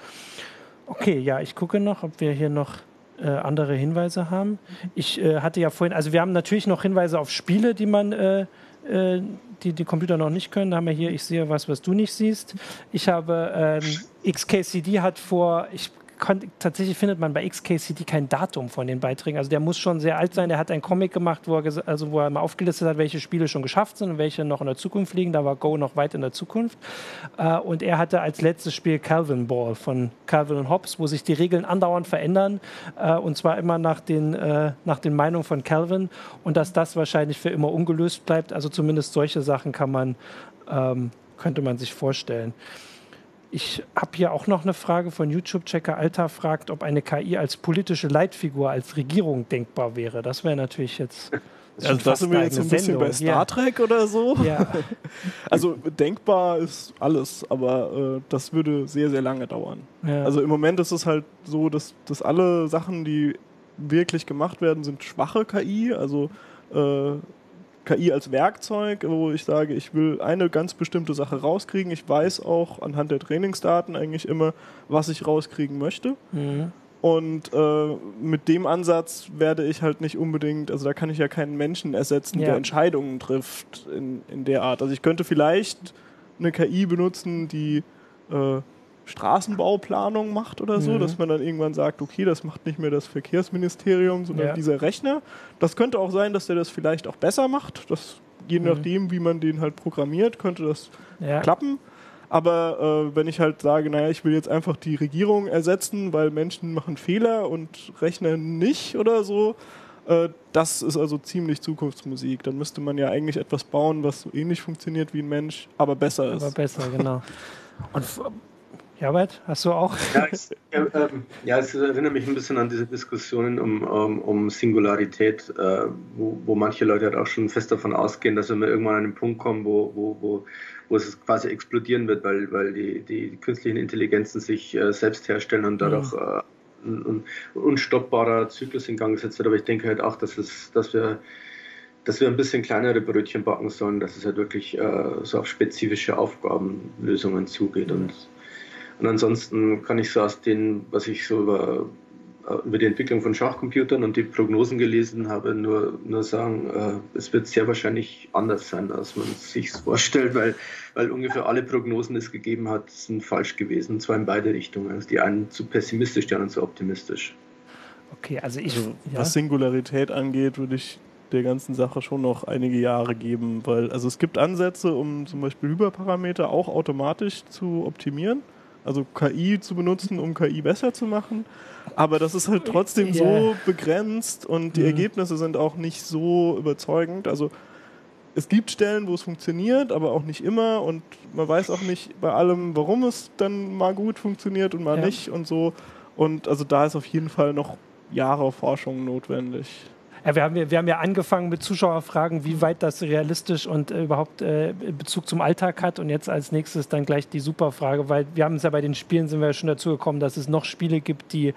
Okay, ja, ich gucke noch, ob wir hier noch Äh, andere Hinweise haben. Ich äh, hatte ja vorhin, also wir haben natürlich noch Hinweise auf Spiele, die man, äh, äh, die die Computer noch nicht können. Da haben wir hier, ich sehe was, was du nicht siehst. Ich habe, ähm, X K C D hat vor, ich tatsächlich findet man bei X K C D kein Datum von den Beiträgen. Also der muss schon sehr alt sein. Der hat einen Comic gemacht, wo er, also wo er mal aufgelistet hat, welche Spiele schon geschafft sind und welche noch in der Zukunft liegen. Da war Go noch weit in der Zukunft. Äh, und er hatte als letztes Spiel Calvin Ball von Calvin und Hobbes, wo sich die Regeln andauernd verändern. Äh, und zwar immer nach den, äh, nach den Meinungen von Calvin. Und dass das wahrscheinlich für immer ungelöst bleibt. Also zumindest solche Sachen kann man, ähm, könnte man sich vorstellen. Ich habe hier auch noch eine Frage von YouTube-Checker Alta, fragt, ob eine K I als politische Leitfigur, als Regierung denkbar wäre. Das wäre natürlich jetzt... Also das sind wir jetzt ein bisschen bei Star ja. Trek oder so. Ja. Also denkbar ist alles, aber äh, das würde sehr, sehr lange dauern. Ja. Also im Moment ist es halt so, dass, dass alle Sachen, die wirklich gemacht werden, sind schwache K I, also äh, K I als Werkzeug, wo ich sage, ich will eine ganz bestimmte Sache rauskriegen. Ich weiß auch anhand der Trainingsdaten eigentlich immer, was ich rauskriegen möchte. Mhm. Und äh, mit dem Ansatz werde ich halt nicht unbedingt, also da kann ich ja keinen Menschen ersetzen, ja. der Entscheidungen trifft in, in der Art. Also ich könnte vielleicht eine K I benutzen, die äh, Straßenbauplanung macht oder so, mhm. dass man dann irgendwann sagt, okay, das macht nicht mehr das Verkehrsministerium, sondern ja. dieser Rechner. Das könnte auch sein, dass der das vielleicht auch besser macht. Das, je mhm. nachdem, wie man den halt programmiert, könnte das ja. klappen. Aber äh, wenn ich halt sage, naja, ich will jetzt einfach die Regierung ersetzen, weil Menschen machen Fehler und Rechner nicht oder so, äh, das ist also ziemlich Zukunftsmusik. Dann müsste man ja eigentlich etwas bauen, was so ähnlich funktioniert wie ein Mensch, aber besser ist. Aber besser, genau. Und Herbert, hast du auch? Ja, es, ja, ähm, ja, es erinnert mich ein bisschen an diese Diskussionen um, um, um Singularität, äh, wo, wo manche Leute halt auch schon fest davon ausgehen, dass wir irgendwann an einen Punkt kommen, wo, wo, wo, wo es quasi explodieren wird, weil, weil die, die künstlichen Intelligenzen sich äh, selbst herstellen und dadurch mhm. äh, ein, ein unstoppbarer Zyklus in Gang gesetzt wird. Aber ich denke halt auch, dass, es, dass wir dass wir ein bisschen kleinere Brötchen backen sollen, dass es halt wirklich äh, so auf spezifische Aufgabenlösungen zugeht. Und Und ansonsten kann ich so aus dem, was ich so über, über die Entwicklung von Schachcomputern und die Prognosen gelesen habe, nur, nur sagen, äh, es wird sehr wahrscheinlich anders sein, als man es sich vorstellt, weil, weil ungefähr alle Prognosen, die es gegeben hat, sind falsch gewesen, und zwar in beide Richtungen. Also die einen zu pessimistisch, die anderen zu optimistisch. Okay, also ich... Also, ja. Was Singularität angeht, würde ich der ganzen Sache schon noch einige Jahre geben, weil also es gibt Ansätze, um zum Beispiel Hyperparameter auch automatisch zu optimieren. Also K I zu benutzen, um K I besser zu machen. Aber das ist halt trotzdem yeah. so begrenzt und die mhm. Ergebnisse sind auch nicht so überzeugend. Also es gibt Stellen, wo es funktioniert, aber auch nicht immer. Und man weiß auch nicht bei allem, warum es dann mal gut funktioniert und mal ja. nicht und so. Und also da ist auf jeden Fall noch Jahre Forschung notwendig. Ja, wir, haben, wir haben ja angefangen mit Zuschauerfragen, wie weit das realistisch und äh, überhaupt äh, Bezug zum Alltag hat. Und jetzt als nächstes dann gleich die Superfrage, weil wir haben es ja bei den Spielen, sind wir ja schon dazu gekommen, dass es noch Spiele gibt, die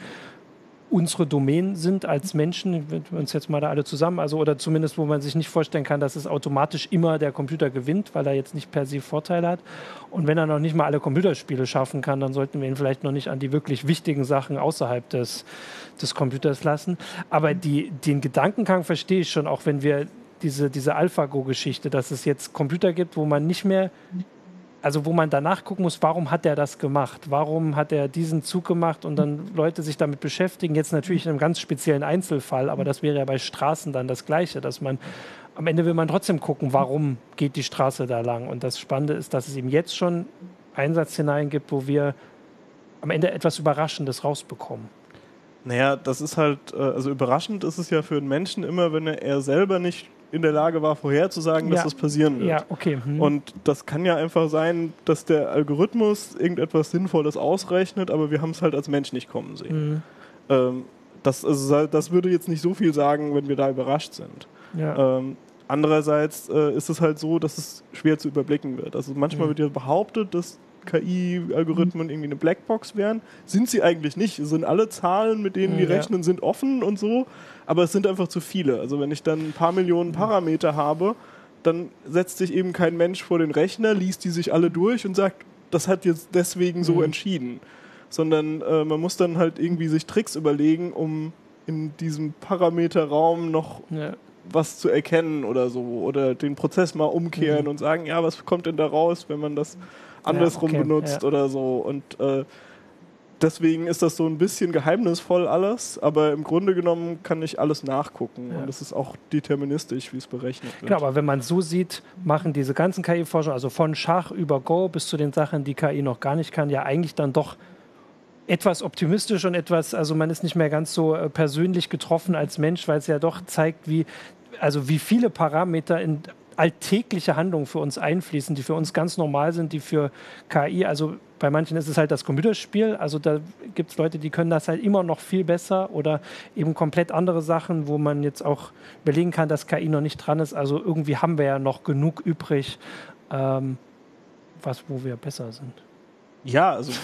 unsere Domänen sind als Menschen, wir uns jetzt mal da alle zusammen, also oder zumindest, wo man sich nicht vorstellen kann, dass es automatisch immer der Computer gewinnt, weil er jetzt nicht per se Vorteile hat. Und wenn er noch nicht mal alle Computerspiele schaffen kann, dann sollten wir ihn vielleicht noch nicht an die wirklich wichtigen Sachen außerhalb des, des Computers lassen. Aber die, den Gedankengang verstehe ich schon, auch wenn wir diese, diese AlphaGo-Geschichte, dass es jetzt Computer gibt, wo man nicht mehr Also wo man danach gucken muss, warum hat er das gemacht? Warum hat er diesen Zug gemacht und dann Leute sich damit beschäftigen? Jetzt natürlich in einem ganz speziellen Einzelfall, aber das wäre ja bei Straßen dann das Gleiche, dass man am Ende will man trotzdem gucken, warum geht die Straße da lang? Und das Spannende ist, dass es eben jetzt schon Einsatzszenarien gibt, wo wir am Ende etwas Überraschendes rausbekommen. Naja, das ist halt, also überraschend ist es ja für einen Menschen immer, wenn er selber nicht in der Lage war, vorherzusagen, dass ja. das passieren wird. Ja, okay. Hm. Und das kann ja einfach sein, dass der Algorithmus irgendetwas Sinnvolles ausrechnet, aber wir haben es halt als Mensch nicht kommen sehen. Hm. Ähm, das, also, das würde jetzt nicht so viel sagen, wenn wir da überrascht sind. Ja. Ähm, andererseits äh, ist es halt so, dass es schwer zu überblicken wird. Also manchmal hm. wird ja behauptet, dass K I-Algorithmen irgendwie eine Blackbox wären. Sind sie eigentlich nicht. Es sind alle Zahlen, mit denen wir ja. rechnen, sind offen und so, aber es sind einfach zu viele. Also wenn ich dann ein paar Millionen Parameter habe, dann setzt sich eben kein Mensch vor den Rechner, liest die sich alle durch und sagt, das hat jetzt deswegen so mhm. entschieden. Sondern äh, man muss dann halt irgendwie sich Tricks überlegen, um in diesem Parameterraum noch ja. was zu erkennen oder so. Oder den Prozess mal umkehren mhm. und sagen, ja, was kommt denn da raus, wenn man das andersrum ja, okay, benutzt ja. oder so. Und äh, deswegen ist das so ein bisschen geheimnisvoll alles, aber im Grunde genommen kann ich alles nachgucken. Ja. Und es ist auch deterministisch, wie es berechnet wird. Genau, aber wenn man so sieht, machen diese ganzen K I-Forschung, also von Schach über Go bis zu den Sachen, die K I noch gar nicht kann, ja eigentlich dann doch etwas optimistisch und etwas, also man ist nicht mehr ganz so äh, persönlich getroffen als Mensch, weil es ja doch zeigt, wie, also wie viele Parameter in alltägliche Handlungen für uns einfließen, die für uns ganz normal sind, die für K I, also bei manchen ist es halt das Computerspiel, also da gibt es Leute, die können das halt immer noch viel besser oder eben komplett andere Sachen, wo man jetzt auch überlegen kann, dass K I noch nicht dran ist, also irgendwie haben wir ja noch genug übrig, ähm, was, wo wir besser sind. Ja, also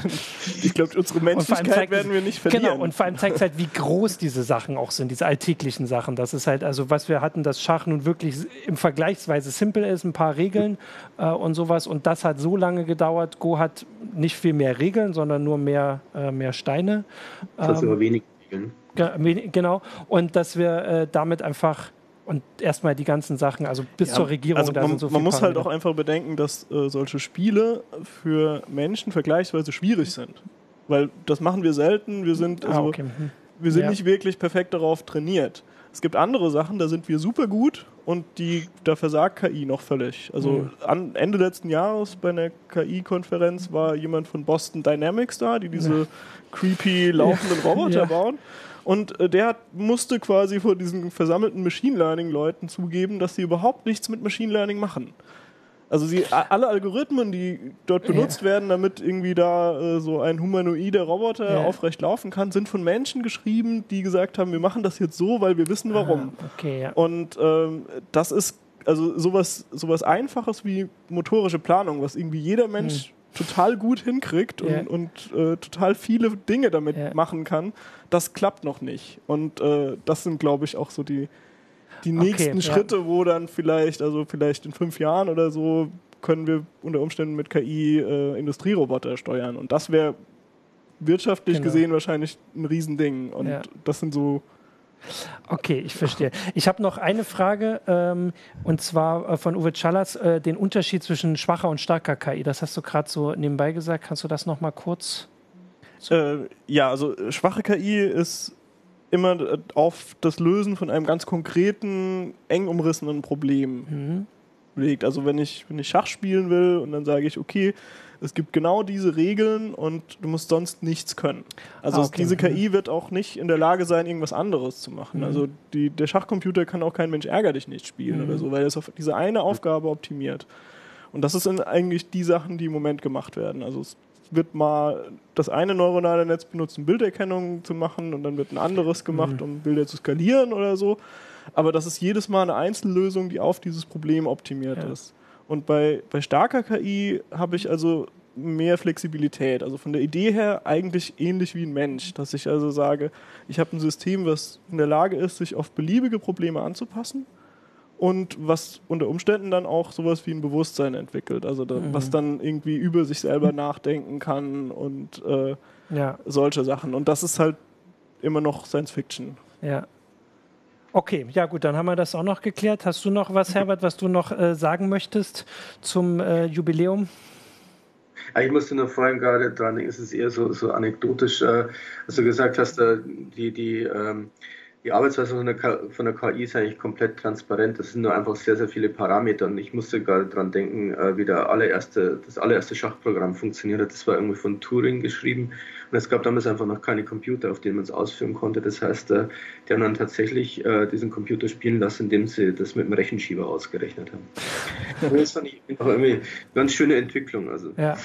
ich glaube, unsere Menschlichkeit werden wir nicht verlieren. Genau, und vor allem zeigt es halt, wie groß diese Sachen auch sind, diese alltäglichen Sachen. Das ist halt, also was wir hatten, dass Schach nun wirklich im vergleichsweise simpel ist, ein paar Regeln äh, und sowas. Und das hat so lange gedauert. Go hat nicht viel mehr Regeln, sondern nur mehr, äh, mehr Steine. Das heißt ähm, aber wenig Regeln. Ge- genau. Und dass wir äh, damit einfach und erstmal die ganzen Sachen, also bis ja, zur Regierung, also da man, sind so viele Man muss Parameter. halt auch einfach bedenken, dass äh, solche Spiele für Menschen vergleichsweise schwierig sind. Weil das machen wir selten, wir sind, also, ah, okay. hm. wir sind ja. nicht wirklich perfekt darauf trainiert. Es gibt andere Sachen, da sind wir super gut und die, da versagt K I noch völlig. Also mhm. an Ende letzten Jahres bei einer K I-Konferenz war jemand von Boston Dynamics da, die diese ja. creepy laufenden ja. Roboter ja. bauen. Und äh, der hat, musste quasi vor diesen versammelten Machine Learning-Leuten zugeben, dass sie überhaupt nichts mit Machine Learning machen. Also sie, alle Algorithmen, die dort benutzt ja. werden, damit irgendwie da äh, so ein humanoider Roboter ja. aufrecht laufen kann, sind von Menschen geschrieben, die gesagt haben, wir machen das jetzt so, weil wir wissen, warum. Ah, okay, ja. Und ähm, das ist also sowas, sowas Einfaches wie motorische Planung, was irgendwie jeder Mensch hm. total gut hinkriegt und, ja. und äh, total viele Dinge damit ja. machen kann, das klappt noch nicht. Und äh, das sind, glaube ich, auch so die Die nächsten okay, Schritte, ja. wo dann vielleicht, also vielleicht in fünf Jahren oder so, können wir unter Umständen mit K I äh, Industrieroboter steuern. Und das wäre wirtschaftlich genau. gesehen wahrscheinlich ein Riesending. Und ja. das sind so... Okay, ich verstehe. Ich habe noch eine Frage, ähm, und zwar äh, von Uwe Czalas, äh, den Unterschied zwischen schwacher und starker K I. Das hast du gerade so nebenbei gesagt. Kannst du das noch mal kurz... Äh, ja, also schwache K I ist... immer auf das Lösen von einem ganz konkreten, eng umrissenen Problem mhm. legt. Also wenn ich, wenn ich Schach spielen will und dann sage ich, okay, es gibt genau diese Regeln und du musst sonst nichts können. Also ah, okay. diese K I wird auch nicht in der Lage sein, irgendwas anderes zu machen. Mhm. Also die, der Schachcomputer kann auch kein Mensch ärger dich nicht spielen mhm. oder so, weil er es auf diese eine Aufgabe optimiert. Und das sind eigentlich die Sachen, die im Moment gemacht werden. Also es wird mal das eine neuronale Netz benutzt, um Bilderkennung zu machen und dann wird ein anderes gemacht, mhm. um Bilder zu skalieren oder so. Aber das ist jedes Mal eine Einzellösung, die auf dieses Problem optimiert ja. ist. Und bei, bei starker K I habe ich also mehr Flexibilität. Also von der Idee her eigentlich ähnlich wie ein Mensch, dass ich also sage, ich habe ein System, was in der Lage ist, sich auf beliebige Probleme anzupassen. Und was unter Umständen dann auch sowas wie ein Bewusstsein entwickelt, also da, mhm. was dann irgendwie über sich selber nachdenken kann und äh, ja. solche Sachen. Und das ist halt immer noch Science Fiction. Ja. Okay, ja gut, dann haben wir das auch noch geklärt. Hast du noch was, Herbert, was du noch äh, sagen möchtest zum äh, Jubiläum? Ja, ich musste nur vorhin gerade dran denken, es ist eher so, so anekdotisch, äh, als du gesagt hast, äh, die, die ähm, Die Arbeitsweise von der, K- von der K I ist eigentlich komplett transparent. Das sind nur einfach sehr, sehr viele Parameter. Und ich musste gerade dran denken, wie der allererste, das allererste Schachprogramm funktioniert hat. Das war irgendwie von Turing geschrieben. Und es gab damals einfach noch keine Computer, auf denen man es ausführen konnte. Das heißt, die haben dann tatsächlich diesen Computer spielen lassen, indem sie das mit dem Rechenschieber ausgerechnet haben. Das fand ich auch irgendwie eine ganz schöne Entwicklung. Also. Ja.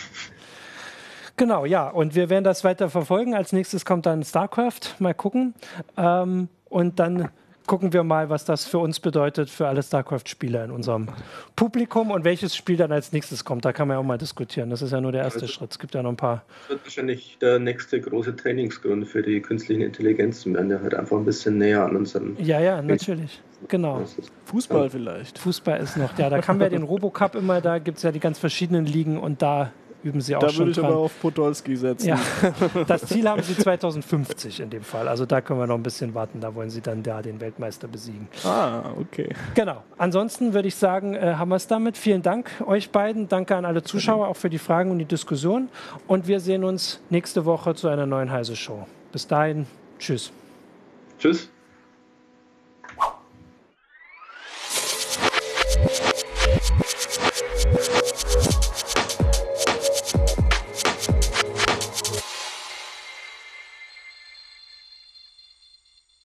Genau, ja. Und wir werden das weiter verfolgen. Als nächstes kommt dann StarCraft. Mal gucken. Ähm, und dann gucken wir mal, was das für uns bedeutet, für alle StarCraft-Spieler in unserem Publikum und welches Spiel dann als nächstes kommt. Da kann man ja auch mal diskutieren. Das ist ja nur der erste also, Schritt. Es gibt ja noch ein paar. Das wird wahrscheinlich der nächste große Trainingsgrund für die künstlichen Intelligenzen werden. Der halt einfach ein bisschen näher an unseren... Ja, ja, natürlich. Genau. Fußball ja. vielleicht. Fußball ist noch, ja, da kann man ja den Robocup immer, da gibt es ja die ganz verschiedenen Ligen und da üben sie auch da schon Da würde ich dran. aber auf Podolski setzen. Ja. Das Ziel haben sie zweitausendfünfzig in dem Fall. Also da können wir noch ein bisschen warten. Da wollen sie dann da den Weltmeister besiegen. Ah, okay. Genau. Ansonsten würde ich sagen, äh, haben wir es damit. Vielen Dank euch beiden. Danke an alle Zuschauer, auch für die Fragen und die Diskussion. Und wir sehen uns nächste Woche zu einer neuen Heise Show. Bis dahin, tschüss. Tschüss.